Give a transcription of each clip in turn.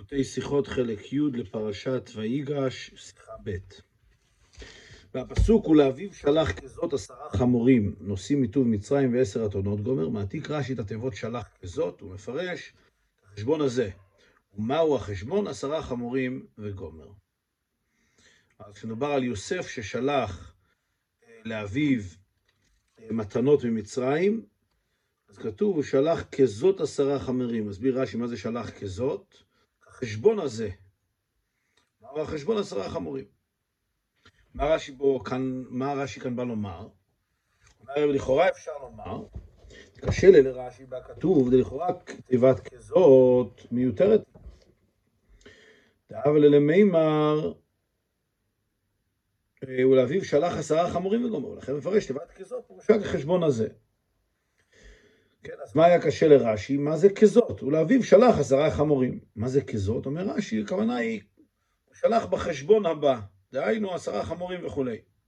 פרטי שיחות חלק י' לפרשת ויגש, שיחה ב'. והפסוק הוא לאביו שלח כזאת 10 חמורים נושאים מטוב מצרים ו10 אתונות גומר. מעתיק רש"י את התיבות שלח כזאת ומפרש את החשבון הזה. ומהו החשבון? 10 חמורים וגומר. אז כשנדבר על יוסף ששלח לאביו מתנות ממצרים, אז כתוב הוא שלח כזאת 10 חמורים. מסביר רש"י מה זה שלח כזאת? החשבון הזה. מהו החשבון 10 חמורים? מה רש"י כאן בא לומר? לכאורה אפשר לומר, קשה לרש"י בכתוב, לכאורה כתיבת כזאת מיותרת. אבל למימר, ולאביו שלח 10 חמורים וגומר, לכן מפרש תיבת כזאת פירושה כחשבון הזה. כן, אז מה היה קשה לרש"י? מה זה כזאת? ולאביו שלח 10 חמורים. מה זה כזאת? אומר רש"י, הכוונה היא, הוא שלח בחשבון הבא, דהיינו 10 חמורים וכו'.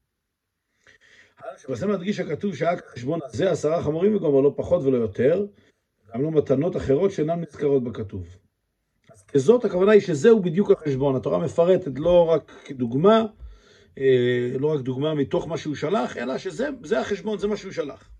שבזה מדגיש הכתוב שהיה כחשבון הזה 10 חמורים וגומר, לא פחות ולא יותר, גם לא מתנות אחרות שאינן נזכרות בכתוב. אז כזאת הכוונה היא שזהו בדיוק החשבון. התורה מפרטת לא רק כדוגמה, לא רק דוגמה מתוך מה שהוא שלח, אלא שזה החשבון, זה מה שהוא שלח.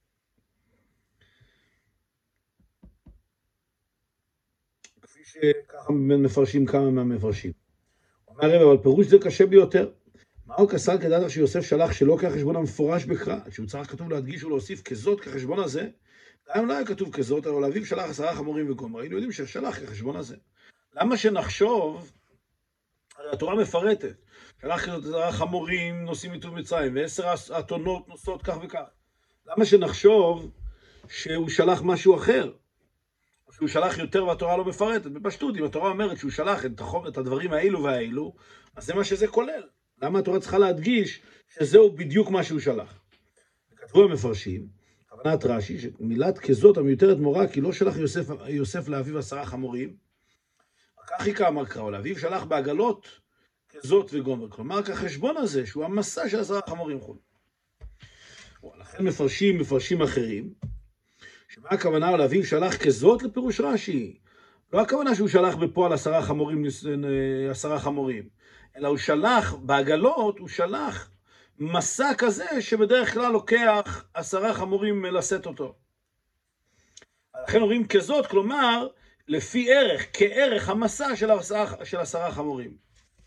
כפי שככה מפרשים כמה מהמפרשים. אומר הרב, אבל פירוש זה קשה ביותר. מהו כסל כדעת שיוסף שלח שלא כחשבון המפורש בקרא, שהוא צריך כתוב להדגיש ולהוסיף כזאת כחשבון הזה, גם לא היה כתוב כזאת, אבל לאביו שלח 10 חמורים וגומר. היינו יודעים ששלח כחשבון הזה. למה שנחשוב, הרי התורה מפרטת, שלח כזאת 10 חמורים נושאים מטוב מצרים, ו10 אתונות נושאות כך וכך. למה שנחשוב שהוא שלח משהו אחר? או שהוא שלח יותר והתורה לא מפרטת? בפשטות, אם התורה אומרת שהוא שלח את הדברים האלו והאלו, אז זה מה שזה כולל. למה התורה צריכה להדגיש שזהו בדיוק מה שהוא שלח? כתבו המפרשים, כוונת רש"י, שמילת כזאת המיותרת מורה, כי לא שלח יוסף לאביו 10 חמורים, כך חיכה אמר קרא, לאביו שלח בעגלות כזאת וגומר. כלומר, כחשבון הזה, שהוא המסע של 10 חמורים חול. לכן מפרשים אחרים, שמה הכוונה לאביו שלח כזאת לפירוש רש"י? לא הכוונה שהוא שלח בפועל 10 חמורים, אלא הוא שלח בעגלות, הוא שלח מסע כזה שבדרך כלל לוקח 10 חמורים לשאת אותו. לכן אומרים כזאת, כלומר, לפי ערך, כערך המסע של 10 חמורים.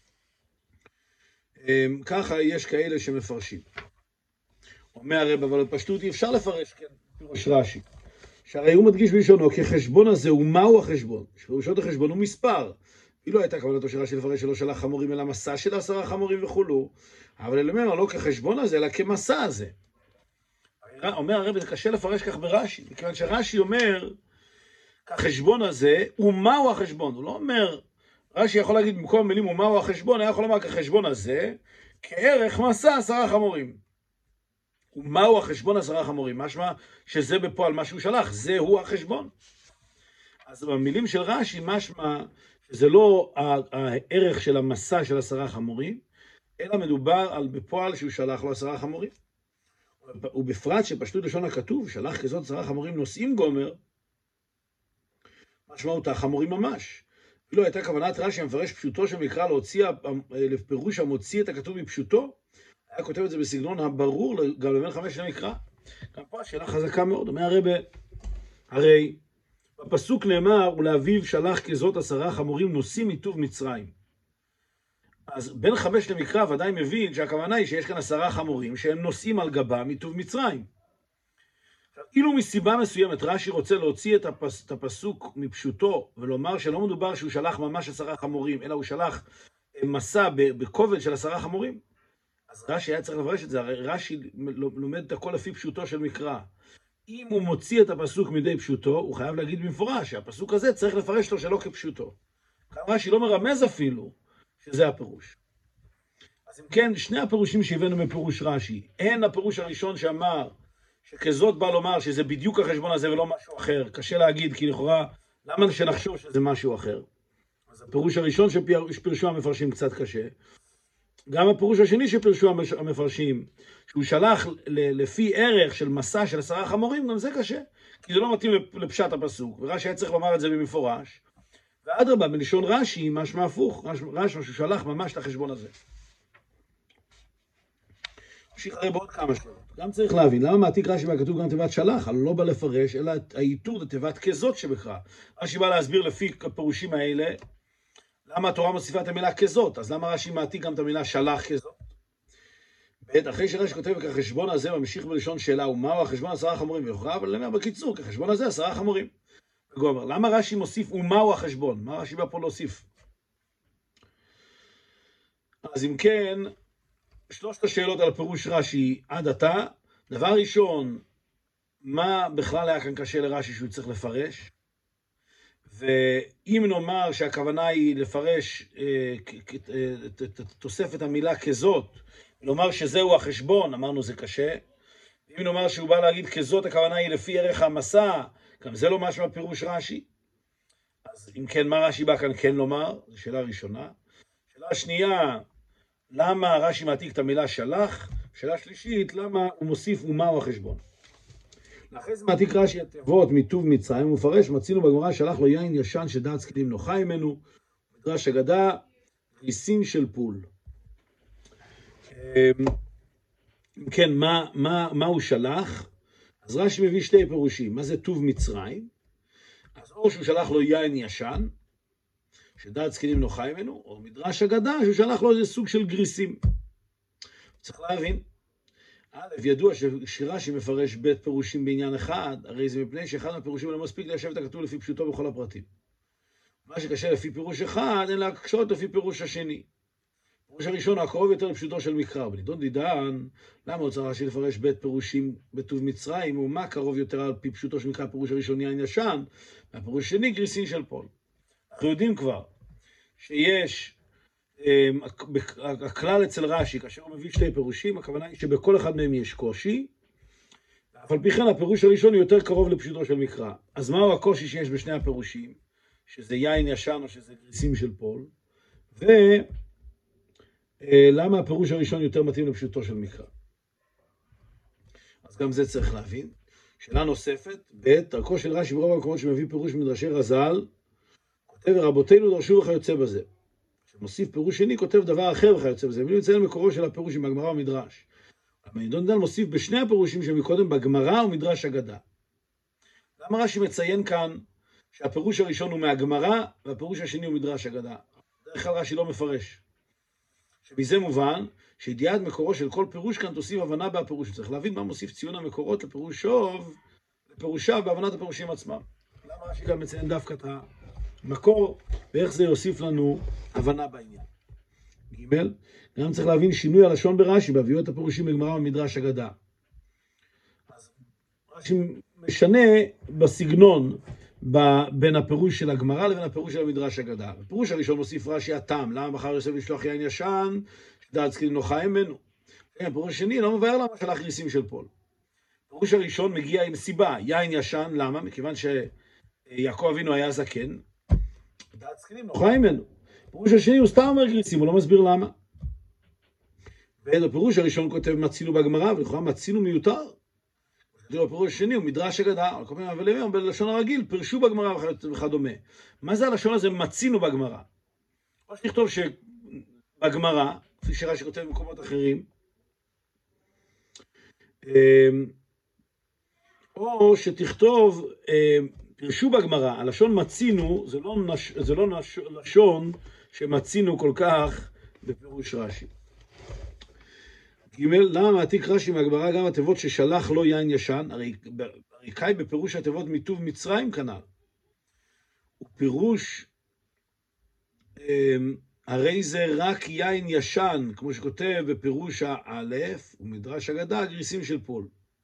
ככה יש כאלה שמפרשים. אומר הרב, אבל בפשטות אי אפשר לפרש, כן, פירוש רש"י. שהרי הוא מדגיש בלשונו, כי החשבון הזה הוא מהו החשבון? שפירושו החשבון הוא מספר. היא לא הייתה כוונתו של רש"י לפרש שלא שלח חמורים, אלא מסע של 10 חמורים וכולו. אבל אלמר לא כחשבון הזה, אלא כמסע הזה. אומר הרב, זה קשה לפרש כך ברש"י, מכיוון שרש"י אומר, החשבון הזה, ומהו החשבון? הוא לא אומר, רש"י יכול להגיד במקום מילים ומהו החשבון, היה יכול לומר כחשבון הזה, כערך מסע 10 חמורים. ומהו החשבון 10 חמורים? משמע שזה בפועל מה שהוא שלח, זהו החשבון. אז במילים של רש"י משמע שזה לא הערך של המסע של 10 חמורים, אלא מדובר על בפועל שהוא שלח לו 10 חמורים. ובפרט שפשטות לשון הכתוב, שלח כזאת 10 חמורים נושאים גומר, משמעות החמורים ממש. לא הייתה כוונת רש"י המפרש פשוטו של מקרא להוציא, לפירוש המוציא את הכתוב מפשוטו, היה כותב את זה בסגנון הברור, גם לבין 5 למקרא. גם פה השאלה חזקה מאוד. אומר הרב, הרי בפסוק נאמר, ולאביו שלח כזאת 10 חמורים נושאים מטוב מצרים. אז בין 5 למקרא ודאי מבין שהכוונה היא שיש כאן 10 חמורים שהם נושאים על גבה מטוב מצרים. אילו מסיבה מסוימת רש"י רוצה להוציא את הפסוק מפשוטו ולומר שלא מדובר שהוא שלח ממש 10 חמורים, אלא הוא שלח מסע בכובד של 10 חמורים, אז רש"י היה צריך לפרש את זה. הרי רש"י לומד את הכל לפי פשוטו של מקרא. אם הוא מוציא את הפסוק מידי פשוטו, הוא חייב להגיד במפורש שהפסוק הזה צריך לפרש לו שלא כפשוטו. כאן רש"י לא מרמז אפילו שזה הפירוש. אז אם כן, שני הפירושים שהבאנו מפירוש רש"י, הן הפירוש הראשון שאמר שכזאת בא לומר שזה בדיוק החשבון הזה ולא משהו אחר. קשה להגיד, כי לכאורה, למה שנחשוב שזה משהו אחר? אז הפירוש הראשון שפירשו המפרשים קצת קשה. גם הפירוש השני שפירשו המפרשים, שהוא שלח לפי ערך של מסע של 10 חמורים, גם זה קשה, כי זה לא מתאים לפשט הפסוק. ורש"י היה צריך לומר את זה במפורש. ואז אדרבה, בלשון רש"י, משמע הפוך, רש"י שהוא שלח ממש את החשבון הזה. נמשיך הרי בעוד כמה שאלות. גם צריך להבין, למה מעתיק רש"י מהכתוב גם תיבת שלח? הלוא לא בא לפרש, אלא האיתור לתיבת כזאת שבקרא. רש"י בא להסביר לפי הפירושים האלה, למה התורה מוסיפה את המילה כזאת, אז למה רש"י מעתיק גם את המילה שלח כזאת? אחרי שרש"י כותב כחשבון הזה, ממשיך בלשון שאלה, ומהו החשבון 10 חמורים? ויכול אבל למה בקיצור, כחשבון הזה 10 חמורים. וגומר, למה רש"י מוסיף ומהו החשבון? מה רש"י בא פה להוסיף? אז אם כן, שלושת השאלות על פירוש רש"י עד עתה. דבר ראשון, מה בכלל היה כאן קשה לרש"י שהוא צריך לפרש? ואם נאמר שהכוונה היא לפרש תוספת המילה כזאת, לומר שזהו החשבון, אמרנו זה קשה. אם נאמר שהוא בא להגיד כזאת, הכוונה היא לפי ערך המסע, גם זה לא משמע פירוש רש"י. אז אם כן, מה רש"י בא כאן כן לומר? זו שאלה ראשונה. שאלה שנייה, למה רש"י מעתיק את המילה שלח? שאלה שלישית, למה הוא מוסיף ומהו החשבון? לאחרי זה מעתיק רש"י התיבות מטוב מצרים, הוא מפרש, מצינו בגמרא שלח לו יין ישן שדעת זקנים נוחה ממנו, מדרש אגדה, ריסין של פול. כן, מה הוא שלח? אז רש"י מביא שתי פירושים. מה זה טוב מצרים? אז או שהוא שלח לו יין ישן, שדעת זקנים נוחה ממנו, או מדרש אגדה, שהוא שלח לו איזה סוג של גריסים. צריך להבין. א', ידוע שרש"י מפרש בית פירושים בעניין אחד, הרי זה מפני שאחד מהפירושים לא מספיק ליישב את הכתוב לפי פשוטו בכל הפרטים. מה שקשה לפי פירוש אחד, אין להקשות לפי פירוש השני. פירוש הראשון הוא הקרוב יותר לפשוטו של מקרא. בנידון דידן, למה הוא צריך רש"י לפרש בית פירושים בטוב מצרים, ומה קרוב יותר על פי פשוטו של מקרא, הפירוש הראשון יין ישן, והפירוש השני גריסין של פול. אנחנו יודעים כבר שיש הכלל אצל רש"י, כאשר הוא מביא שתי פירושים, הכוונה היא שבכל אחד מהם יש קושי, אף על פי כן הפירוש הראשון הוא יותר קרוב לפשוטו של מקרא. אז מהו הקושי שיש בשני הפירושים? שזה יין ישן או שזה גריסים של פול, ולמה הפירוש הראשון יותר מתאים לפשוטו של מקרא? אז גם זה צריך להבין. שאלה נוספת, דרכו של רש"י ברוב המקומות שמביא פירוש מדרשי רז"ל, כותב רבותינו דרשו וכיוצא בזה. כשמוסיף פירוש שני כותב דבר אחר וכיוצא בזה. ואם נציין מקורו של הפירושים בגמרא ומדרש. בנידון דידן מוסיף בשני הפירושים שמקודם בגמרא ומדרש אגדה. למה רש"י מציין כאן שהפירוש הראשון הוא מהגמרא והפירוש השני הוא מדרש אגדה? דרך כלל רש"י לא מפרש. שמזה מובן שידיעת מקורו של כל פירוש כאן תוסיף הבנה בהפירוש. צריך להבין מה מוסיף ציון המקורות לפירושיו בהבנת הפירושים עצמם. למה רש"י גם מציין דווקא את המקור ואיך זה יוסיף לנו הבנה בעניין. ג' גם צריך להבין שינוי הלשון ברש"י בהביאו את הפירושים בגמרא ומדרש אגדה. אז רש"י משנה בסגנון בין הפירוש של הגמרא לבין הפירוש של המדרש אגדה. הפירוש הראשון מוסיף רש"י הטעם, למה בחר יוסף לשלוח יין ישן שדעת זקנים נוחה ממנו. הפירוש השני לא מבאר למה שלח גריסים של פול. הפירוש הראשון מגיע עם סיבה, יין ישן, למה? מכיוון שיעקב אבינו היה זקן, דעת זקנים נוחה ממנו. הפירוש השני הוא סתם אומר גריסים, הוא לא מסביר למה. והפירוש הראשון כותב מצינו בגמרא, ולכאורה מצינו מיותר. הפירוש השני הוא מדרש אגדה, אבל בלשון הרגיל פרשו בגמרא וכדומה. מה זה הלשון הזה מצינו בגמרא? או שתכתוב שבגמרא, כפי שרש"י כותב במקומות אחרים, או שתכתוב פרשו בגמרא. הלשון מצינו זה לא לשון שמצינו כל כך בפירוש רש"י. ג' למה מעתיק רש"י מהגמרא גם התיבות ששלח לו יין ישן? הרי קאי בפירוש התיבות מטוב מצרים כנ"ל. ופירוש הרי זה רק יין ישן, כמו שכותב בפירוש האלף ומדרש אגדה, גריסים של פול.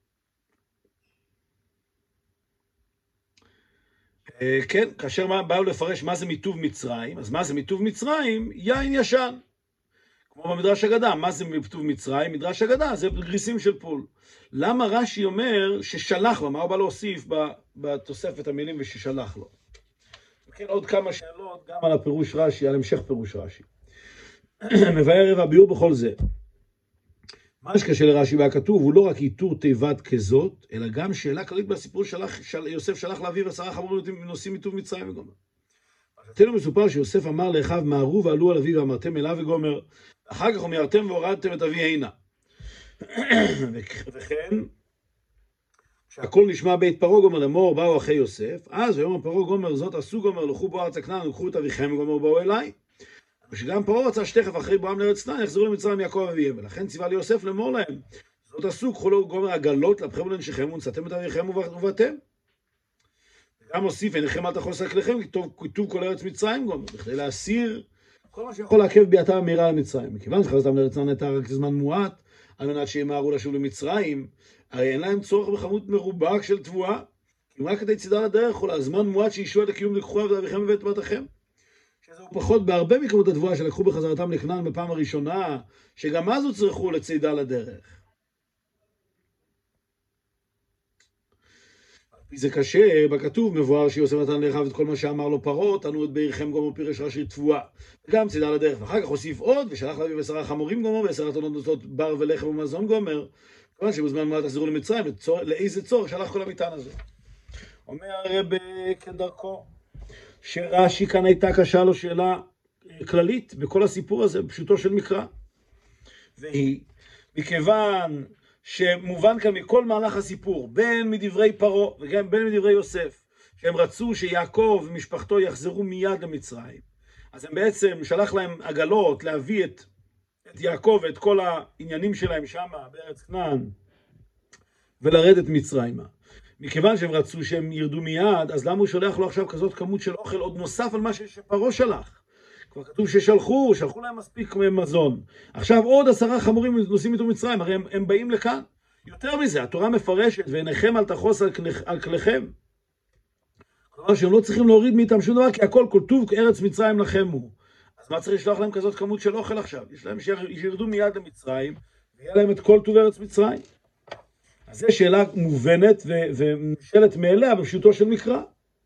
כן, כאשר באו לפרש מה זה מטוב מצרים, אז מה זה מטוב מצרים? יין ישן. כמו במדרש אגדה, מה זה מטוב מצרים? מדרש אגדה, זה גריסים של פול. למה רש"י אומר ששלח לו? מה הוא בא להוסיף בתוספת המילים וששלח לו? כן, עוד כמה שאלות גם על הפירוש רש"י, על המשך פירוש רש"י. מבאר רבע ביאור בכל זה. מה שקשה לרש"י והכתוב הוא לא רק איתור תיבת כזאת, אלא גם שאלה כללית בסיפור יוסף שלח לאביו 10 חמורים נושאים מטוב מצרים וגומר. בפרשתנו מסופר שיוסף אמר לאחיו, מהרו ועלו על אבי ואמרתם אליו וגומר, אחר כך ומיהרתם והורדתם את אבי הנה. וכן, שהכל נשמע בית פרעה גומר לאמור, באו אחי יוסף, אז ויאמר פרעה גומר, זאת עשו גומר, לכו בו ארץ כנען, לקחו את אביכם גומר, באו אליי. ושגם פרעה רצה שתכף אחרי בואם לארץ כנען, יחזרו למצרים יעקב אביהם, ולכן ציווה ליוסף לאמור להם, זאת עשו, קחו לו גומר עגלות, לבכם ולנשיכם, ונשאתם את אביכם ובאתם. וגם הוסיף, עיניכם אל תחוס על כליכם, כתוב כל ארץ מצרים גומר, בכדי להסיר כל מה שיכול לעכב ביאתם המהירה למצרים. מכיוון שחזרתם לארץ כנען הייתה רק זמן מועט, על מנת שימהרו לשוב למצרים, הרי אין להם צורך בכמות מרובה של תבואה, כי רק כדי צידה לדרך, או לזמן מועט שישוע את הקיום לקחו את אביכם ובית בתיכם. שזהו פחות בהרבה מכמות התבואה שלקחו בחזרתם לכנען בפעם הראשונה, שגם אז הוצרכו לצידה לדרך. זה קשה, בכתוב מבואר שיוסף נתן לאחיו את כל מה שאמר לו פרעה, תנו את בעירכם גומר פירש ראשי תבואה, וגם צידה לדרך. ואחר כך הוסיף עוד, ושלח להביא 10 חמורים גומר, ו10 אתונות נושאות בר ולחם ומזון גומר, כמובן שבזמן מועט תחזרו למצרים, לאיזה צורך שלח כל המטען הזה. אומר הרב כדרכו, שרש"י כאן הייתה קשה לו שאלה כללית בכל הסיפור הזה, פשוטו של מקרא. והיא, מכיוון שמובן כאן מכל מהלך הסיפור, בין מדברי פרעה וגם בין מדברי יוסף, שהם רצו שיעקב ומשפחתו יחזרו מיד למצרים, אז הם בעצם שלח להם עגלות להביא את יעקב ואת כל העניינים שלהם שם בארץ כנען ולרדת מצרימה. מכיוון שהם רצו שהם ירדו מיד, אז למה הוא שולח לו עכשיו כזאת כמות של אוכל עוד נוסף על מה שפרעה שלח? כבר כתוב ששלחו להם מספיק מזון. עכשיו עוד 10 חמורים נוסעים איתו מצרים, הרי הם באים לכאן. יותר מזה, התורה מפרשת, ועיניכם אל תחוס על כליכם. כלומר שהם לא צריכים להוריד מאיתם שום דבר, כי הכל כתוב ארץ מצרים לכם הוא. אז מה צריך לשלוח להם כזאת כמות של אוכל עכשיו? יש להם שירדו מיד למצרים, ויהיה להם את כל טוב ארץ מצרים. אז זו שאלה מובנת ונשאלת מאליה בפשוטו של מקרא.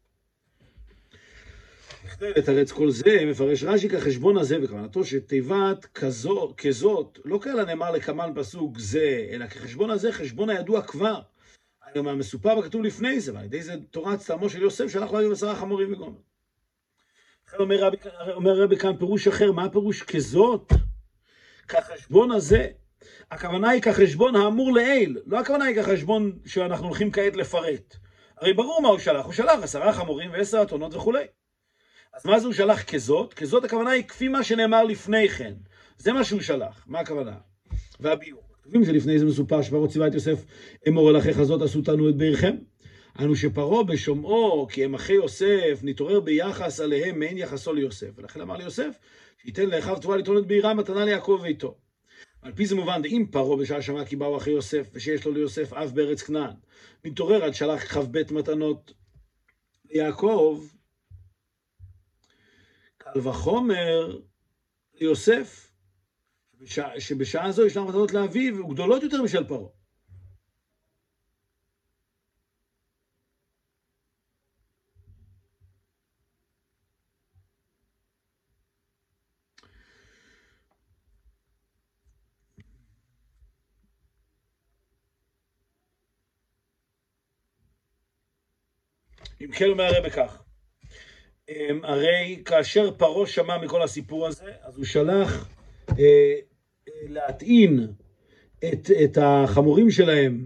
בכדי לתרץ כל זה, מפרש רש"י כחשבון הזה, וכוונתו שתיבת כזאת, לא כאלה נאמר לקמן פסוק זה, אלא כחשבון הזה, חשבון הידוע כבר. היום המסופר בכתוב לפני זה, ועל ידי זה תורת צלמו של יוסף, שלח להביא 10 חמורים וגומר. לכן אומר רבי כאן פירוש אחר, מה הפירוש כזאת? כחשבון הזה. הכוונה היא כחשבון האמור לעיל, לא הכוונה היא כחשבון שאנחנו הולכים כעת לפרט. הרי ברור מה הוא שלח, הוא שלח 10 חמורים ו10 אתונות וכו'. אז מה זה הוא שלח כזאת? כזאת הכוונה היא כפי מה שנאמר לפני כן. זה מה שהוא שלח, מה הכוונה? והביאור. כתובים שלפני זה מסופר שפרעה ציווה את יוסף, אמור אל אחיך זאת עשו תנו את בעירכם. אנו שפרעה בשומעו כי הם אחי יוסף נתעורר ביחס עליהם מעין יחסו ליוסף. ולכן אמר ליוסף שייתן לאחיו תבואה לטעון את בעירם מתנה ליעקב ואיתו. על פי זה מובן, אם פרעה בשעה שמע כי באו אחי יוסף ושיש לו ליוסף אב בארץ כנען, מתעורר עד שלח כ"ב מתנות ליעקב, קל וחומר ליוסף, שבשעה זו ישנם מתנות לאביו וגדולות יותר משל פרעה. אם כן אומר הרב בכך, הרי כאשר פרעה שמע מכל הסיפור הזה, אז הוא שלח להטעין את החמורים שלהם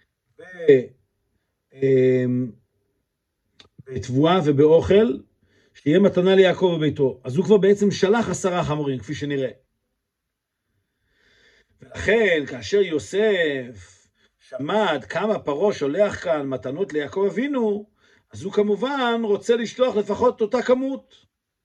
בתבואה ובאוכל, שיהיה מתנה ליעקב וביתו. אז הוא כבר בעצם שלח 10 חמורים, כפי שנראה. ולכן, כאשר יוסף שמע עד כמה פרעה שולח כאן מתנות ליעקב אבינו, אז הוא כמובן רוצה לשלוח לפחות אותה כמות.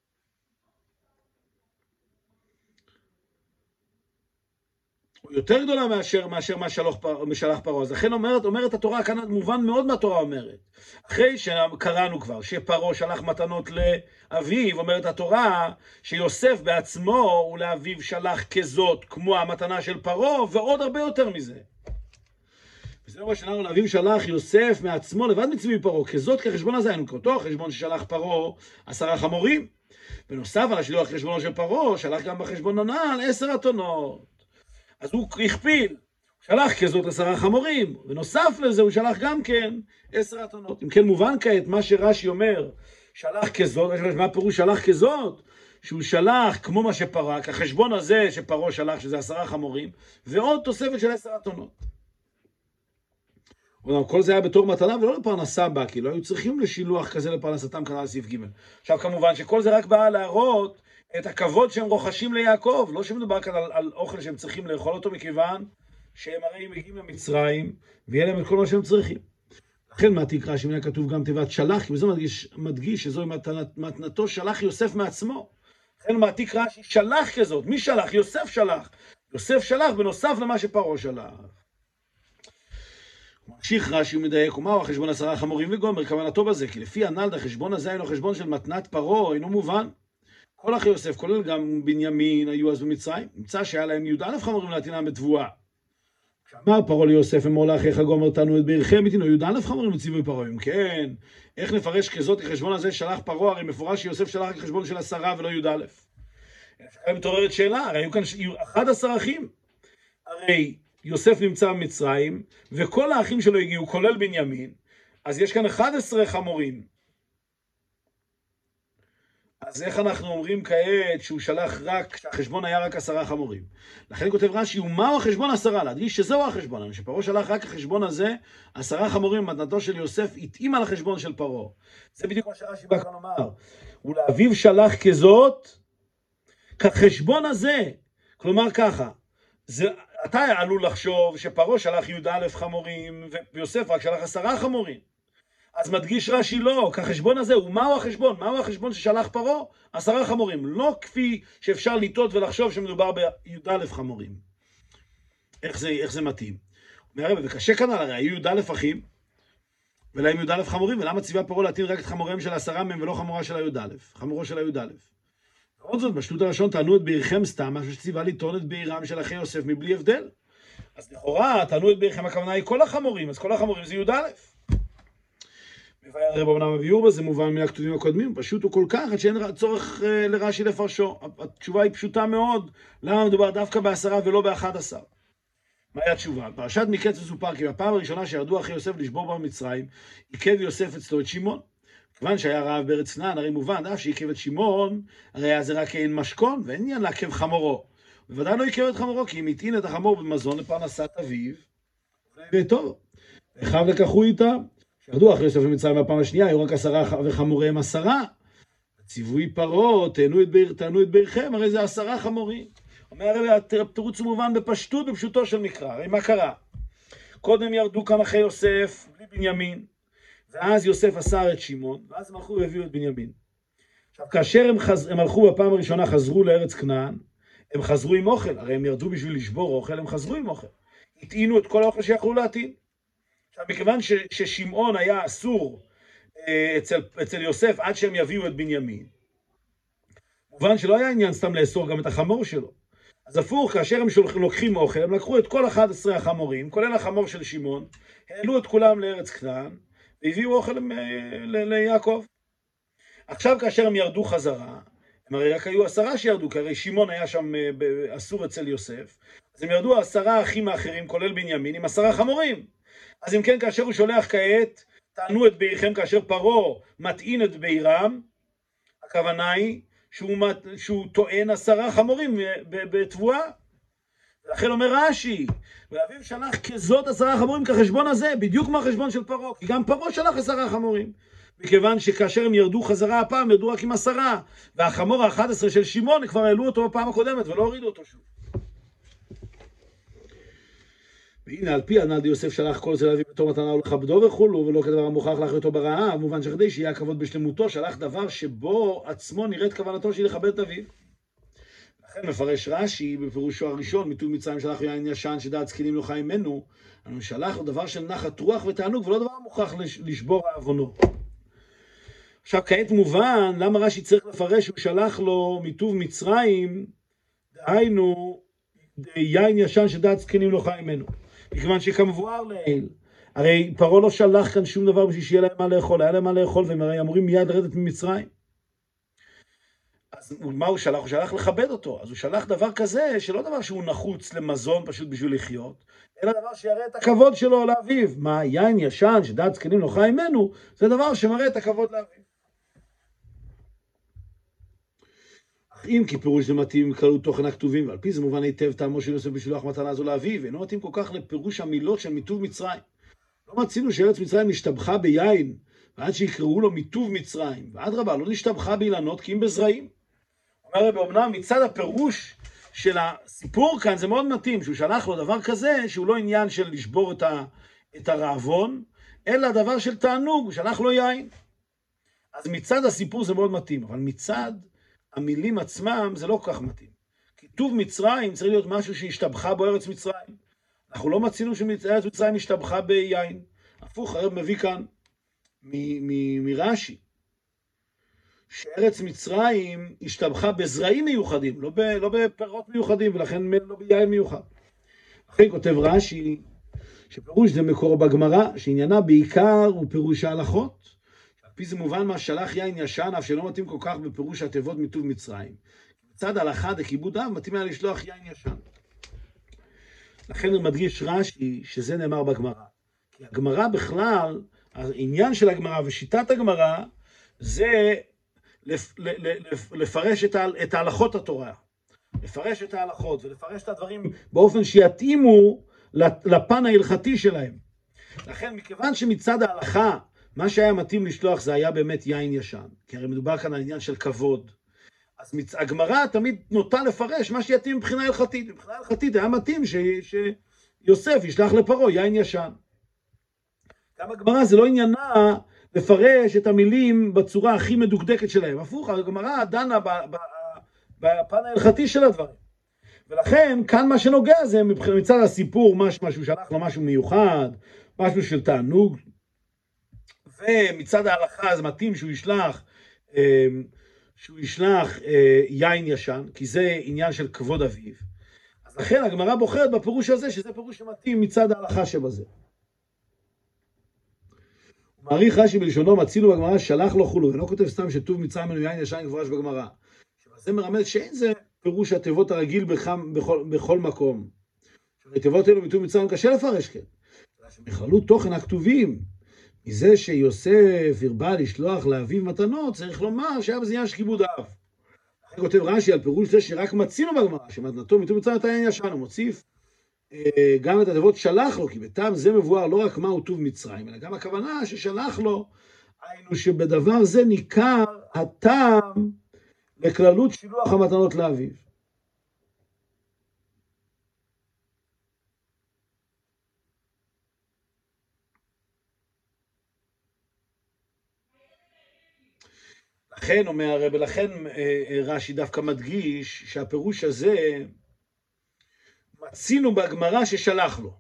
הוא יותר גדולה מאשר מה שלח פרעה. אז לכן אומרת התורה, כאן מובן מאוד מה התורה אומרת. אחרי שקראנו כבר שפרעה שלח מתנות לאביו, אומרת התורה שיוסף בעצמו ולאביו שלח כזאת כמו המתנה של פרעה, ועוד הרבה יותר מזה. וזה מה שאנחנו לאביו שלח יוסף מעצמו לבד מצבי פרעה, כזאת כחשבון הזה, היינו כאותו חשבון ששלח פרעה 10 חמורים. בנוסף על השילוח חשבונו של פרעה, שלח גם בחשבון הנ"ל 10 אתונות. אז הוא הכפיל, שלח כזאת 10 חמורים, ונוסף לזה הוא שלח גם כן 10 אתונות. אם כן מובן כעת מה שרש"י אומר, שלח כזאת, מה פירוש שלח כזאת? שהוא שלח כמו מה שפרק, החשבון הזה שפרעה שלח, שזה 10 חמורים, ועוד תוספת של 10 אתונות. כל זה היה בתור מתנה ולא לפרנסה בה, כי לא היו צריכים לשילוח כזה לפרנסתם, כנ"ל סעיף ג'. עכשיו כמובן שכל זה רק בא להראות את הכבוד שהם רוכשים ליעקב, לא שמדובר כאן על אוכל שהם צריכים לאכול אותו, מכיוון שהם הרי מגיעים למצרים, ויהיה להם את כל מה שהם צריכים. לכן מהתקרא שמן הכתוב גם תיבת שלח, וזה מדגיש שזוהי מתנתו שלח יוסף מעצמו. לכן מהתקרא ששלח כזאת, מי שלח? יוסף שלח. יוסף שלח בנוסף למה שפרעה שלח. ממשיך רש"י ומדייק, ומהו החשבון 10 חמורים וגומר, כוונתו בזה, כי לפי הנ"ל החשבון הזה אינו חשבון של מתנת פרעה, אינו מובן. כל אחי יוסף, כולל גם בנימין, היו אז במצרים, נמצא שהיה להם י"א חמורים להטינם בתבואה. כשאמר פרעה ליוסף, אמור לאחיך גומר תנו את בעירכם, איתנו י"א חמורים וציווי פרעה. אם כן, איך נפרש כזאת החשבון הזה שלח פרעה? הרי מפורש שיוסף שלח רק חשבון של 10 ולא י"א. מתעוררת שאלה, הרי היו כאן 11 אחים. הרי יוסף נמצא במצרים, וכל האחים שלו הגיעו, כולל בנימין, אז יש כאן 11 חמורים. אז איך אנחנו אומרים כעת שהוא שלח רק, שהחשבון היה רק 10 חמורים? לכן כותב רש"י, ומהו החשבון 10? להדגיש שזהו החשבון, שפרעה שלח רק החשבון הזה, 10 חמורים, מתנתו של יוסף התאימה לחשבון של פרעה. זה בדיוק מה שרש"י בא כאן לומר. ולאביו שלח כזאת, כחשבון הזה, כלומר ככה, אתה עלול לחשוב שפרעה שלח י"א חמורים, ויוסף רק שלח 10 חמורים. אז מדגיש רש"י לא, כחשבון הזה, ומהו החשבון? מהו החשבון ששלח פרעה? 10 חמורים. לא כפי שאפשר לטעות ולחשוב שמדובר בי"א חמורים. איך זה מתאים? אומר הרב, וקשה כאן, הרי היו י"א אחים, ולהם י"א חמורים, ולמה ציווה פרעה להטיל רק את חמוריהם של 10 מהם ולא חמורו של הי"א? ועוד זאת, בשטות הלשון טענו את בעירכם סתם, משהו שציווה לטעון את בעירם של אחי יוסף מבלי הבדל. אז לכאורה, טענו את בעירכם, הכוונה היא כל החמורים, אז כל החמורים זה י"א. הרב אמנם הביאור בזה מובן מן הכתובים הקודמים, פשוט הוא כל כך, עד שאין צורך לרש"י לפרשו. התשובה היא פשוטה מאוד, למה מדובר דווקא ב10 ולא ב11? מהי התשובה? פרשת מקץ מסופר כי בפעם הראשונה שירדו אחי יוסף לשבור במצרים, עיכב יוסף אצלו את שמעון. כיוון שהיה רעב בארץ כנען, הרי מובן, אף שעיכב את שמעון, הרי היה זה רק אין משכון, ואין עניין לעכב חמורו. בוודאי לא עיכב את חמורו, כי אם הטעין את החמור במזון לפרנסת אביו, וטוב. ואחיו לקחו איתם. שירדו אחרי יוסף במצרים בפעם השנייה, היו רק 10 וחמוריהם 10. ציווי פרעה, תענו את בעירכם, הרי זה 10 חמורים. אומר הרב, התירוץ הוא מובן בפשטותו של מקרא. הרי מה קרה? קודם ירדו כאן אחרי יוסף, בלי בנימין, ואז יוסף אסר את שמעון, ואז הם הלכו והביאו את בנימין. עכשיו, כאשר הם הלכו בפעם הראשונה, חזרו לארץ כנען, הם חזרו עם אוכל, הרי הם ירדו בשביל לשבור אוכל, הם חזרו עם אוכל. הטעינו את כל האוכל שיכלו להטעין. עכשיו, מכיוון ששמעון היה אסור אצל יוסף עד שהם יביאו את בנימין, מובן שלא היה עניין סתם לאסור גם את החמור שלו. אז הפוך, כאשר הם לוקחים אוכל, הם לקחו את כל 11 החמורים, כולל החמור של שמעון, העלו את כולם לארץ כנען, והביאו אוכל ליעקב. עכשיו כאשר הם ירדו חזרה, הם הרי רק היו 10 שירדו, כי הרי שמעון היה שם אסור אצל יוסף, אז הם ירדו 10 האחים האחרים, כולל בנימין, עם 10 חמורים. אז אם כן, כאשר הוא שולח כעת, טענו את בעירכם, כאשר פרעה מטעין את בעירם, הכוונה היא שהוא טוען 10 חמורים בתבואה. ולכן אומר רש"י, ואביו שלח כזאת 10 חמורים כחשבון הזה, בדיוק כמו החשבון של פרעה, כי גם פרעה שלח 10 חמורים. מכיוון שכאשר הם ירדו חזרה הפעם, ירדו רק עם 10, והחמור ה-11 של שמעון כבר העלו אותו בפעם הקודמת ולא הורידו אותו שוב. והנה על פי הנ"ל יוסף שלח כל זה להביא בתור מתנה ולכבדו וכולו, ולא כדבר המוכרח להכריתו ברעה, במובן שכדי שיהיה הכבוד בשלמותו, שלח דבר שבו עצמו נראית כוונתו שהיא לכבד את אביו. לכן מפרש רש"י בפירושו הראשון, מיטוב מצרים שלח יין ישן שדעת זקנים לא חי ממנו, אנו שלח לו דבר של נחת רוח ותענוג, ולא דבר מוכרח לשבור עוונו. עכשיו כעת מובן למה רש"י צריך לפרש שהוא שלח לו מיטוב מצרים, דהיינו יין ישן שדעת זקנים לא חי ממנו. מכיוון שכמבואר לעיל, הרי פרעה לא שלח כאן שום דבר בשביל שיהיה להם מה לאכול, היה להם מה לאכול והם הרי אמורים מיד לרדת ממצרים. אז מה הוא שלח? הוא שלח לכבד אותו. אז הוא שלח דבר כזה, שלא דבר שהוא נחוץ למזון פשוט בשביל לחיות, אלא דבר שיראה את הכבוד שלו לאביו. מה, יין ישן שדעת זקנים לא חי ממנו, זה דבר שמראה את הכבוד לאביו. אך אם כי פירוש זה מתאים עם כללות תוכן הכתובים, ועל פי זה מובן היטב טעמו של יוסף בשילוח מתנה זו לאביו, אינו מתאים כל כך לפירוש המילות של מיטוב מצרים. לא מצינו שארץ מצרים נשתבחה ביין, ועד שיקראו לו מיטוב מצרים, ואדרבה, לא נשתבחה באילנות כי אם בזרעים. אומר רבי, אמנם מצד הפירוש של הסיפור כאן זה מאוד מתאים, שהוא שלח לו דבר כזה, שהוא לא עניין של לשבור את הרעבון, אלא דבר של תענוג, הוא שלח לו יין. אז מצד הסיפור זה מאוד מתאים, אבל מצד המילים עצמם זה לא כל כך מתאים. כיתוב מצרים צריך להיות משהו שהשתבחה בו ארץ מצרים. אנחנו לא מצינו שארץ מצרים השתבחה ביין. הפוך, הרב מביא כאן מרש"י, שארץ מצרים השתבחה בזרעים מיוחדים, לא בפירות מיוחדים, ולכן לא ביין מיוחד. לכן כותב רש"י, שפירוש זה מקור בגמרא, שעניינה בעיקר הוא פירוש ההלכות. על פי זה מובן מה שלח יין ישן, אף שלא מתאים כל כך בפירוש התיבות מיטוב מצרים. מצד הלכה דכיבוד אב, מתאים היה לשלוח יין ישן. לכן הוא מדגיש רש"י שזה נאמר בגמרא. כי הגמרא בכלל, העניין של הגמרא ושיטת הגמרא, זה לפרש את ההלכות התורה. לפרש את ההלכות ולפרש את הדברים באופן שיתאימו לפן ההלכתי שלהם. לכן, מכיוון שמצד ההלכה, מה שהיה מתאים לשלוח זה היה באמת יין ישן. כי הרי מדובר כאן על עניין של כבוד. אז הגמרא תמיד נוטה לפרש מה שיתאים מבחינה הלכתית. מבחינה הלכתית היה מתאים שיוסף ישלח לפרעה יין ישן. גם הגמרא זה לא עניינה לפרש את המילים בצורה הכי מדוקדקת שלהם. הפוך, הגמרא דנה בפן ההלכתי של הדברים. ולכן, כאן מה שנוגע זה מצד הסיפור, משהו שלח לו משהו מיוחד, משהו של תענוג, ומצד ההלכה זה מתאים שהוא ישלח יין ישן, כי זה עניין של כבוד אביו. אז לכן הגמרא בוחרת בפירוש הזה, שזה פירוש שמתאים מצד ההלכה שבזה. מעריך רש"י בלשונו, מצינו בגמרא שלח לו חולו, ולא כותב סתם שטוב מצרים מנו יין ישן כפורש בגמרא. זה מרמז שאין זה פירוש התיבות הרגיל בכל מקום. התיבות האלו מיטוב מצרים קשה לפרש כן. בכללו תוכן הכתובים. מזה שיוסף הרבה לשלוח לאביו מתנות, צריך לומר שהיה בזה עניין של כיבוד אב. כותב רש"י על פירוש זה שרק מצינו בגמרא, שמתנתו מיטוב מצרים הייתה יין ישן, הוא מוסיף גם את התיבות שלח לו, כי בטעם זה מבואר לא רק מהו טוב מצרים, אלא גם הכוונה ששלח לו, היינו שבדבר זה ניכר הטעם לכללות שילוח המתנות לאביו. לכן אומר הרב, לכן רש"י דווקא מדגיש שהפירוש הזה מצינו בגמרא ששלח לו.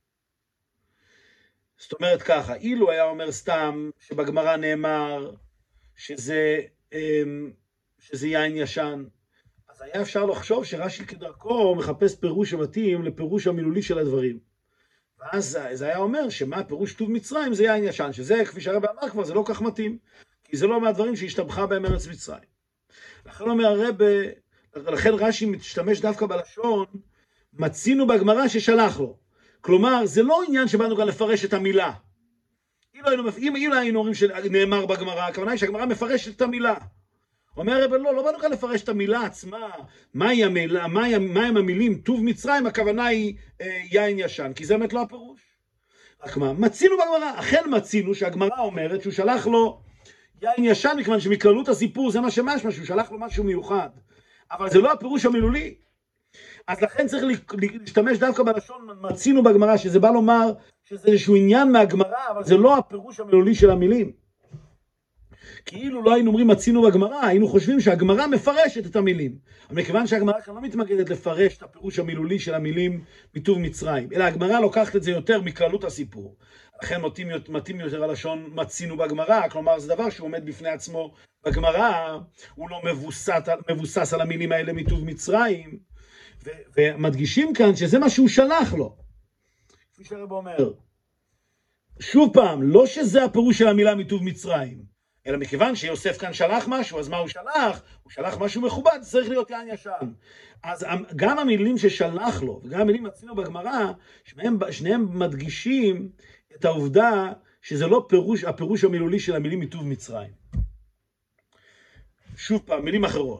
זאת אומרת ככה, אילו היה אומר סתם שבגמרא נאמר שזה יין ישן, אז היה אפשר לחשוב שרש"י כדרכו מחפש פירוש שמתאים לפירוש המילולי של הדברים. ואז זה היה אומר שמה פירוש טוב מצרים זה יין ישן, שזה כפי שהרב אמר כבר זה לא כך מתאים, כי זה לא מהדברים שהשתבחה בהם ארץ מצרים. לכן אומר הרב, לכן רש"י משתמש דווקא בלשון, מצינו בגמרא ששלח לו. כלומר, זה לא עניין שבאנו כאן לפרש את המילה. אם היינו אומרים שנאמר בגמרא, הכוונה היא שהגמרא מפרשת את המילה. אומר הרב, לא באנו כאן לפרש את המילה עצמה, מהי הם המילים טוב מצרים, הכוונה היא יין ישן, כי זה באמת לא הפירוש. רק מה, מצינו בגמרא, אכן מצינו שהגמרא אומרת שהוא שלח לו יין ישן, מכיוון שמכללות הסיפור זה מה שמשמע, שהוא שלח לו משהו מיוחד. אבל זה לא הפירוש המילולי. אז לכן צריך להשתמש דווקא בלשון מצינו בגמרא, שזה בא לומר שזה איזשהו עניין מהגמרא, אבל זה לא הפירוש המילולי של המילים. כאילו לא היינו אומרים מצינו בגמרא, היינו חושבים שהגמרא מפרשת את המילים. אבל מכיוון שהגמרא כאן לא מתמקדת לפרש את הפירוש המילולי של המילים מיטוב מצרים, אלא הגמרא לוקחת את זה יותר מכללות הסיפור. לכן מתאים יותר הלשון מצינו בגמרא, כלומר זה דבר שהוא עומד בפני עצמו בגמרא, הוא לא מבוסס על המילים האלה מיטוב מצרים, ומדגישים כאן שזה מה שהוא שלח לו. כפי שהרב אומר, שוב פעם, לא שזה הפירוש של המילה מיטוב מצרים, אלא מכיוון שיוסף כאן שלח משהו, אז מה הוא שלח? הוא שלח משהו מכובד, צריך להיות יין ישן. אז גם המילים ששלח לו, וגם המילים מצינו בגמרא, שניהם מדגישים את העובדה שזה לא הפירוש המילולי של המילים מיטוב מצרים. שוב פעם, מילים אחרות.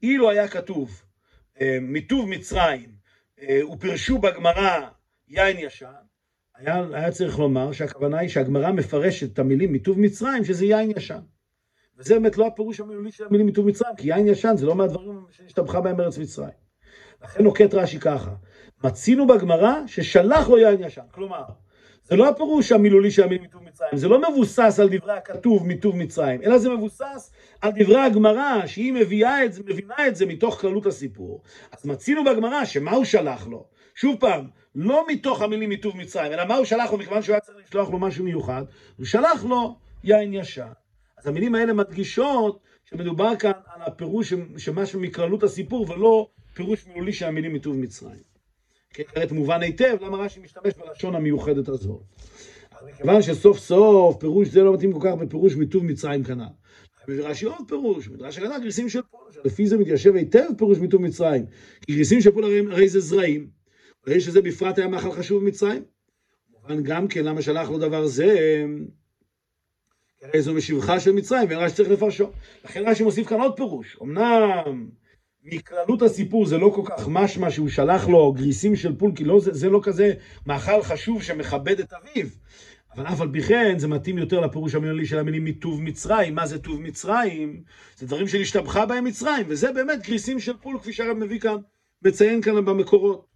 אילו היה כתוב מיטוב מצרים ופרשו בגמרא יין ישן, היה צריך לומר שהכוונה היא שהגמרא מפרשת את המילים מיטוב מצרים שזה יין ישן. וזה באמת לא הפירוש המילולי של המילים מיטוב מצרים, כי יין ישן זה לא מהדברים שהשתבחה בהם ארץ מצרים. לכן נוקט רש"י ככה, מצינו בגמרא ששלח לו יין ישן. כלומר, זה לא הפירוש המילולי של המילים מיטוב מצרים, זה לא מבוסס על דברי הכתוב מיטוב מצרים, אלא זה מבוסס על דברי הגמרא, שהיא מבינה את זה מתוך כללות הסיפור. אז מצינו בגמרא שמה הוא שלח לו? שוב פעם, לא מתוך המילים מיטוב מצרים, אלא מה הוא שלח לו, מכיוון שהוא היה צריך לשלוח לו משהו מיוחד, הוא שלח לו יין ישן. אז המילים האלה מדגישות שמדובר כאן על הפירוש שמשהו מכללות הסיפור, ולא פירוש מילולי של המילים מיטוב מצרים. כעת מובן היטב למה רש"י משתמש בלשון המיוחדת הזאת. אבל מכיוון שסוף סוף פירוש זה לא מתאים כל כך בפירוש מיטוב מצרים כנ"ל. רש"י עוד פירוש, מדרש אגדה, גריסים של פול, לפי זה מתיישב היטב פירוש מיטוב מצרים. כי גריסים של פול הרי זה זרעים, הרי שזה בפרט היה מאכל חשוב במצרים. מובן גם כן למה שלח לו דבר זה, הרי זו משבחה של מצרים, ורש"י צריך לפרשו. לכן רש"י מוסיף כאן עוד פירוש. אמנם מכללות הסיפור זה לא כל כך משמע שהוא שלח לו גריסים של פול, כי לא, זה לא כזה מאכל חשוב שמכבד את אביו. אבל אף על פי כן זה מתאים יותר לפירוש המילולי של המילים מטוב מצרים. מה זה טוב מצרים? זה דברים שנשתבחה בהם מצרים, וזה באמת גריסים של פול, כפי שהרב מביא כאן, מציין כאן במקורות,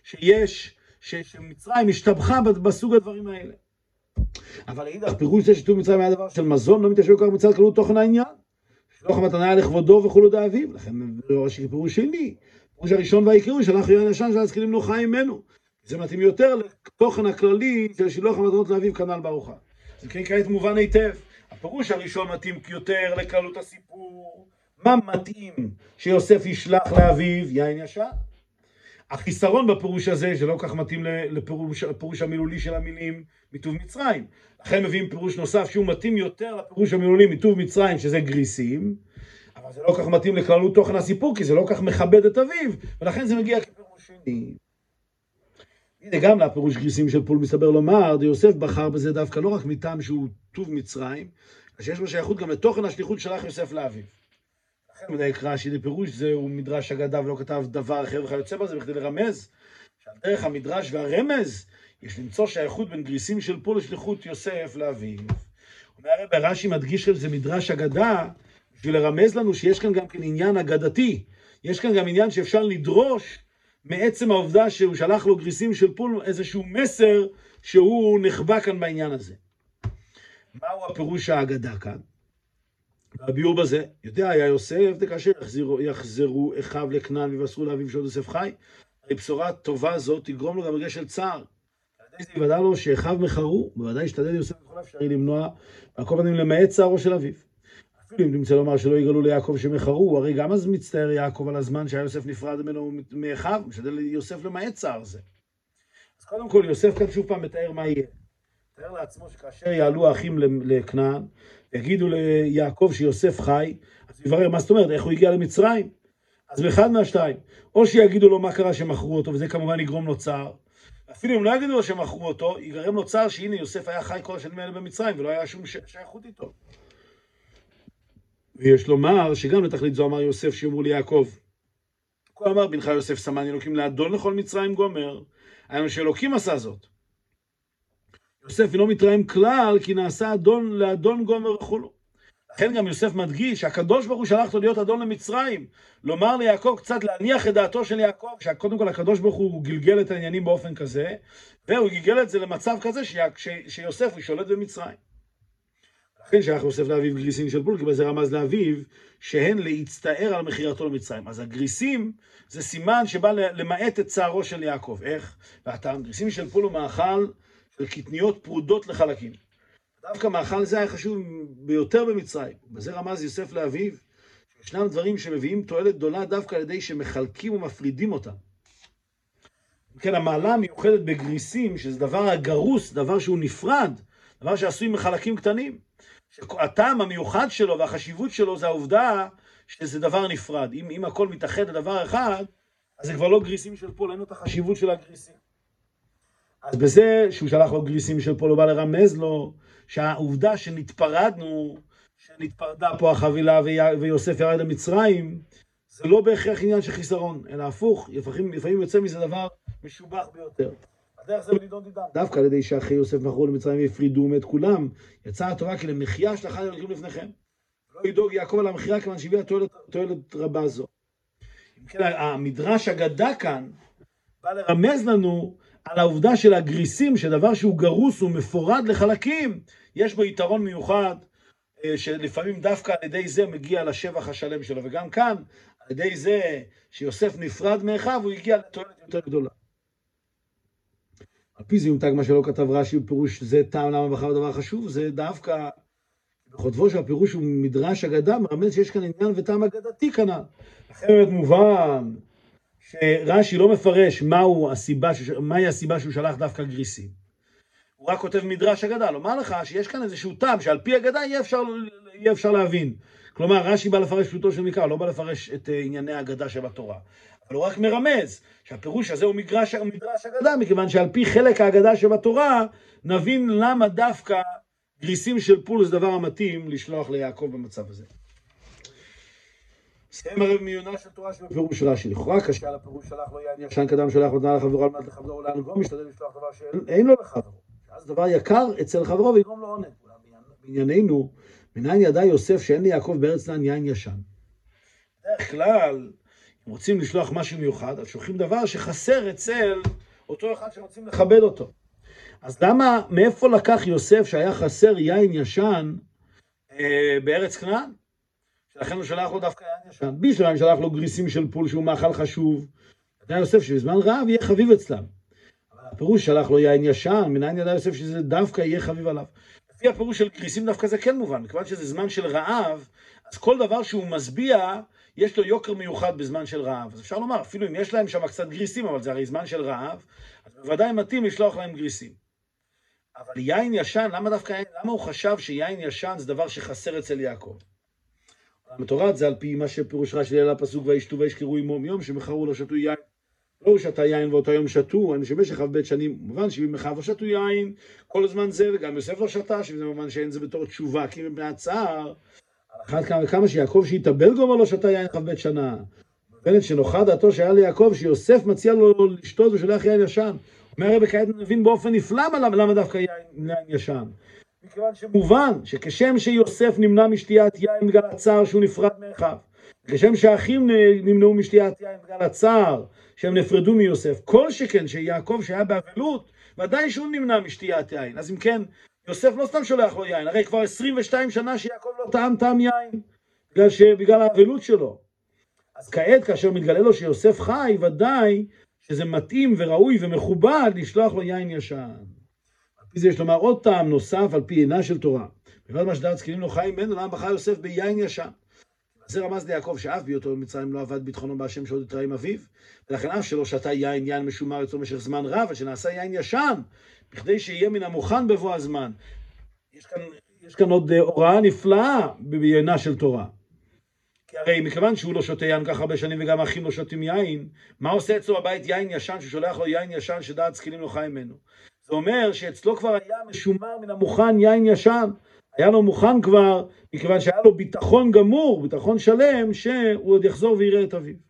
שמצרים השתבחה בסוג הדברים האלה. אבל אידך, פירוש זה שטוב מצרים היה דבר של מזון, לא מתיישב כל כך מצד כללות תוכן העניין. שלוח המתנה היה לכבודו וכולו דאביו, לכן פירוש שני, פירוש הראשון והעיקרי, שלח יין ישן שהזקנים נוחה ממנו. זה מתאים יותר לתוכן הכללי של שילוח המתנות לאביו כנ"ל בארוחה. זה כן כעת מובן היטב. הפירוש הראשון מתאים יותר לכללות הסיפור. מה מתאים שיוסף ישלח לאביו? יין ישן. החיסרון בפירוש הזה שלא כך מתאים לפירוש המילולי של המילים מיטוב מצרים. לכן מביאים פירוש נוסף שהוא מתאים יותר לפירוש המילולי מיטוב מצרים, שזה גריסים, אבל זה לא כך מתאים לכללות תוכן הסיפור, כי זה לא כך מכבד את אביו, ולכן זה מגיע כפירוש שני. הנה גם לפירוש גריסים של פול מסתבר לומר, יוסף בחר בזה דווקא לא רק מטעם שהוא טוב מצרים, אלא שיש בו שייכות גם לתוכן השליחות שלח יוסף לאביו. לכן מדייק רש"י לפירוש זה הוא מדרש אגדה ולא כתב דבר אחר וכיוצא בזה, בכדי לרמז שעל דרך המדרש והרמז יש למצוא שייכות בין גריסים של פול לשליחות יוסף לאביו. אומר הרב רש"י מדגיש שזה מדרש אגדה בשביל לרמז לנו שיש כאן גם כן עניין אגדתי, יש כאן גם עניין שאפשר לדרוש מעצם העובדה שהוא שלח לו גריסים של פול איזשהו מסר שהוא נחבא כאן בעניין הזה. מהו הפירוש האגדה כאן? הביאור בזה, יודע היה יוסף וכאשר יחזרו אחיו לכנען ויבשרו לאביו שעוד יוסף חי, הרי בשורה טובה זאת תגרום לו גם רגע של צער. על ידי זה יוודע לו שאחיו מחרו, בוודאי ישתדל יוסף בכל אפשרי למנוע, והכל פנים למעט צערו של אביו. אפילו אם תמצא לומר שלא יגלו ליעקב שמחרו, הרי גם אז מצטער יעקב על הזמן שהיה יוסף נפרד ממנו מאחיו, משתדל יוסף למעט צער זה. אז קודם כל יוסף כאן שוב פעם מתאר מה יהיה. מתאר לעצמו שכאשר יעלו האחים לכנען, יגידו ליעקב שיוסף חי, אז יברר מה זאת אומרת, איך הוא הגיע למצרים? אז באחד מהשתיים, או שיגידו לו מה קרה שמכרו אותו, וזה כמובן יגרום לו צער. אפילו אם לא יגידו לו שמכרו אותו, יגרם לו צער שהנה יוסף היה חי כל השנים האלה במצרים, ולא היה שום שייכות איתו. ויש לומר שגם לתכלית זו אמר יוסף שאמרו ליעקב, כה אמר בנך יוסף סמן אלוקים לאדון לכל מצרים גומר, היינו שאלוקים עשה זאת. יוסף אינו מתרעם כלל, כי נעשה אדון לאדון גומר וכולו. לכן גם יוסף מדגיש שהקדוש ברוך הוא שלח אותו להיות אדון למצרים. לומר ליעקב קצת להניח את דעתו של יעקב, שקודם כל הקדוש ברוך הוא גלגל את העניינים באופן כזה, והוא גלגל את זה למצב כזה שיוסף הוא שולט במצרים. לכן שייך יוסף לאביו גריסים של פול, כי בזה רמז לאביו שהן להצטער על מכירתו למצרים. אז הגריסים זה סימן שבא למעט את צערו של יעקב. איך? והטעם גריסים של פול הוא מאכל של קטניות פרודות לחלקים. דווקא מאכל זה היה חשוב ביותר במצרים. בזה רמז יוסף לאביו, שישנם דברים שמביאים תועלת גדולה דווקא על ידי שמחלקים ומפרידים אותם. כן, המעלה המיוחדת בגריסים, שזה דבר הגרוס, דבר שהוא נפרד, דבר שעשוי מחלקים קטנים. שהטעם המיוחד שלו והחשיבות שלו זה העובדה שזה דבר נפרד. אם הכל מתאחד לדבר אחד, אז זה כבר לא גריסים של פול, אין לו את החשיבות של הגריסים. אז בזה שהוא שלח לו גריסים של פול, הוא בא לרמז לו שהעובדה שנתפרדה פה החבילה ויוסף ירד למצרים, זה לא בהכרח עניין של חיסרון, אלא הפוך, לפעמים יוצא מזה דבר משובח ביותר. הדרך זה בנידון דידן. דווקא על ידי שאחרי יוסף מכרו למצרים והפרידו מאת כולם, יצאה התורה כי למחיה שלחה אלוקים לפניכם. לא ידאוג יעקב על המחיה כיוון שהביאה תועלת רבה זו. אם כן, המדרש אגדה כאן בא לרמז לנו על העובדה של הגריסים, שדבר שהוא גרוס ומפורד לחלקים, יש בו יתרון מיוחד, שלפעמים דווקא על ידי זה מגיע לשבח השלם שלו, וגם כאן, על ידי זה שיוסף נפרד מאחיו, הוא הגיע לתועלת יותר גדולה. על פי זה יומתג מה שלא כתב רש"י בפירוש זה טעם למה בחר דבר חשוב, זה דווקא בכותבו שהפירוש הוא מדרש אגדה, מרמז שיש כאן עניין וטעם אגדתי כנ"ל. לכן באמת מובן שרש"י לא מפרש מהי הסיבה שהוא שלח דווקא גריסים. הוא רק כותב מדרש אגדה, לומר לך שיש כאן איזשהו טעם שעל פי אגדה יהיה אפשר להבין. כלומר, רש"י בא לפרש פשוטו של מקרא, לא בא לפרש את ענייני האגדה שבתורה. אבל הוא רק מרמז שהפירוש הזה הוא מדרש אגדה, מכיוון שעל פי חלק האגדה שבתורה, נבין למה דווקא גריסים של פול זה דבר המתאים לשלוח ליעקב במצב הזה. סיים הרב מיונה של תורה שבפירוש רש"י. לכאורה קשה על הפירוש שלח לו יין ישן קדם שולח מתנה לחברו על מנת לכבדו ולענגו, משתדל לשלוח דבר שאין לו לחברו. אז דבר יקר אצל חברו ויגרום לו עונג. בענייננו, מניין ידע יוסף שאין ליעקב בארץ כנען יין ישן. בדרך כלל, אם רוצים לשלוח משהו מיוחד, אז שולחים דבר שחסר אצל אותו אחד שרוצים לכבד אותו. אז מאיפה לקח יוסף שהיה חסר יין ישן בארץ כנען? שלכן הוא שלח לו דווקא יין ישן. בשלהם שלח לו גריסים של פול שהוא מאכל חשוב. ידע יוסף שבזמן רעב יהיה חביב אצלם. אבל הפירוש שלח לו יין ישן, מניין ידע יוסף שזה דווקא יהיה חביב עליו. לפי הפירוש של גריסים דווקא זה כן מובן, מכיוון שזה זמן של רעב, אז כל דבר שהוא משביע, יש לו יוקר מיוחד בזמן של רעב. אז אפשר לומר, אפילו אם יש להם שם קצת גריסים, אבל זה הרי זמן של רעב, אז בוודאי מתאים לשלוח להם גריסים. אבל יין ישן, למה הוא חשב שיין ישן זה דבר שחסר אצל יעקב? המתורת זה על פי מה שפירוש רש"י על הפסוק וישתו וישכרו עמו מיום שמכרו לא שתו יין. לא הוא שתה יין ואותו יום שתו, אני שבמשך בית שנים, מובן שבמחר לא שתו יין, כל הזמן זה, וגם יוסף לא שתה, שזה מובן שאין זה בתור תשובה, כי מפני הצער, אחת כמה שיעקב שהתאבל גומר לא שתה יין בית שנה. בנת שנוחה דעתו שהיה ליעקב שיוסף מציע לו לשתות ושולח יין ישן. אומר הרב כעת נבין באופן נפלא למה דווקא יין ישן. מכיוון שמובן שכשם שיוסף נמנע משתיית יין בגלל הצער שהוא נפרד מאחיו, כשם שהאחים נמנעו משתיית יין בגלל הצער שהם נפרדו מיוסף, כל שכן שיעקב שהיה באבלות, ודאי שהוא נמנע משתיית יין. אז אם כן, יוסף לא סתם שולח לו יין, הרי כבר 22 שנה שיעקב לא טעם יין, בגלל האבלות שלו. אז כעת כאשר מתגלה לו שיוסף חי, ודאי שזה מתאים וראוי ומכובד לשלוח לו יין ישן. על פי זה יש לומר עוד טעם נוסף על פי עינה של תורה. בגלל מה שדעת זקנים לו חי ממנו, למה בחר יוסף ביין ישן? זה רמז ליעקב שאף בהיותו במצרים לא עבד ביטחונו בהשם שעוד יתראה עם אביו, ולכן אף שלא שתה יין משומר אצלו במשך זמן רב, ושנעשה יין ישן, בכדי שיהיה מן המוכן בבוא הזמן. יש כאן עוד הוראה נפלאה בעינה של תורה. כי הרי מכיוון שהוא לא שותה יין כך הרבה שנים וגם האחים לא שותים יין, מה עושה אצלו בבית יין ישן ששולח לו יין ישן שדעת זקנים לו חי ממנו? זה אומר שאצלו כבר היה משומר מן המוכן יין ישן, היה לו מוכן כבר, מכיוון שהיה לו ביטחון גמור, ביטחון שלם, שהוא עוד יחזור ויראה את אביו.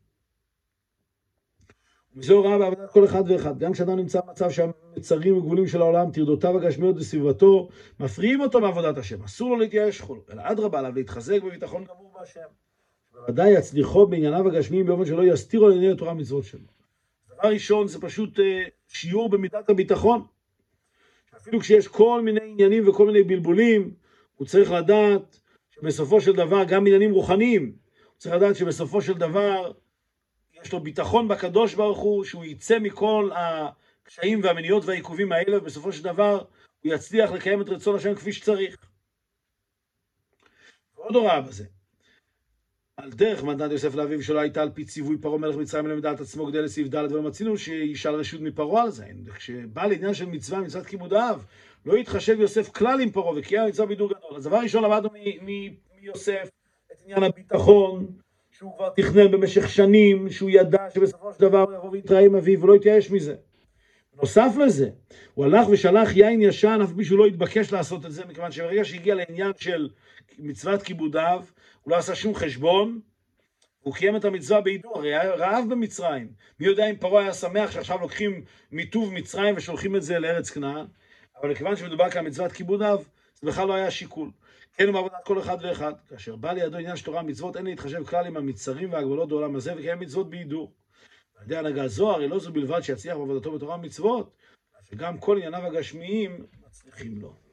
וזה הוראה בעבודת כל אחד ואחד. גם כשאדם נמצא במצב שהמצרים וגבולים של העולם, טרדותיו הגשמיות וסביבתו, מפריעים אותו מעבודת השם. אסור לו להתייאש חול, אלא אדרבה עליו להתחזק בביטחון גמור בהשם. בוודאי יצליחו בענייניו הגשמיים באופן שלא יסתירו על ענייני התורה המצוות שלו. דבר ראשון זה פשוט שיעור במידת הביטחון. אפילו כשיש כל מיני עניינים וכל מיני בלבולים, הוא צריך לדעת שבסופו של דבר, גם עניינים רוחניים, הוא צריך לדעת שבסופו של דבר יש לו ביטחון בקדוש ברוך הוא, שהוא יצא מכל הקשיים והמניעות והעיכובים האלה, ובסופו של דבר הוא יצליח לקיים את רצון השם כפי שצריך. ועוד הוראה בזה. על דרך מתנת יוסף לאביו שלא הייתה על פי ציווי פרעה מלך מצרים אלא מדעת עצמו גדל לסעיף ד' ולא מצינו שישאל רשות מפרעה על זה. כשבא לעניין של מצוות כיבוד האב, לא יתחשב יוסף כלל עם פרעה וקיים מצווה בידור גדול. אז דבר ראשון למדנו מיוסף את עניין הביטחון, שהוא כבר תכנן במשך שנים, שהוא ידע שבסופו של דבר הוא יבוא ויתראה עם אביו ולא יתייאש מזה. נוסף לזה, הוא הלך ושלח יין ישן, אף מישהו לא התבקש לעשות את זה, מכיוון שברגע שהגיע לעניין של מצוות כיבוד האב, הוא לא עשה שום חשבון, הוא קיים את המצווה בהידור, הרי היה רעב במצרים. מי יודע אם פרעה היה שמח שעכשיו לוקחים מטוב מצרים ושולחים את זה לארץ כנען, אבל מכיוון שמדובר כאן מצוות כיבוד אב, זה בכלל לא היה שיקול. כן הוא מעבודת כל אחד ואחד. כאשר בא לידו עניין של תורה ומצוות, אין להתחשב כלל עם המצרים והגבלות בעולם הזה, וקיים מצוות בהידור. על ידי הנהגה זו, הרי לא זו בלבד שיצליח בעבודתו בתורה ומצוות, שגם כל ענייניו הגשמיים מצליחים לו.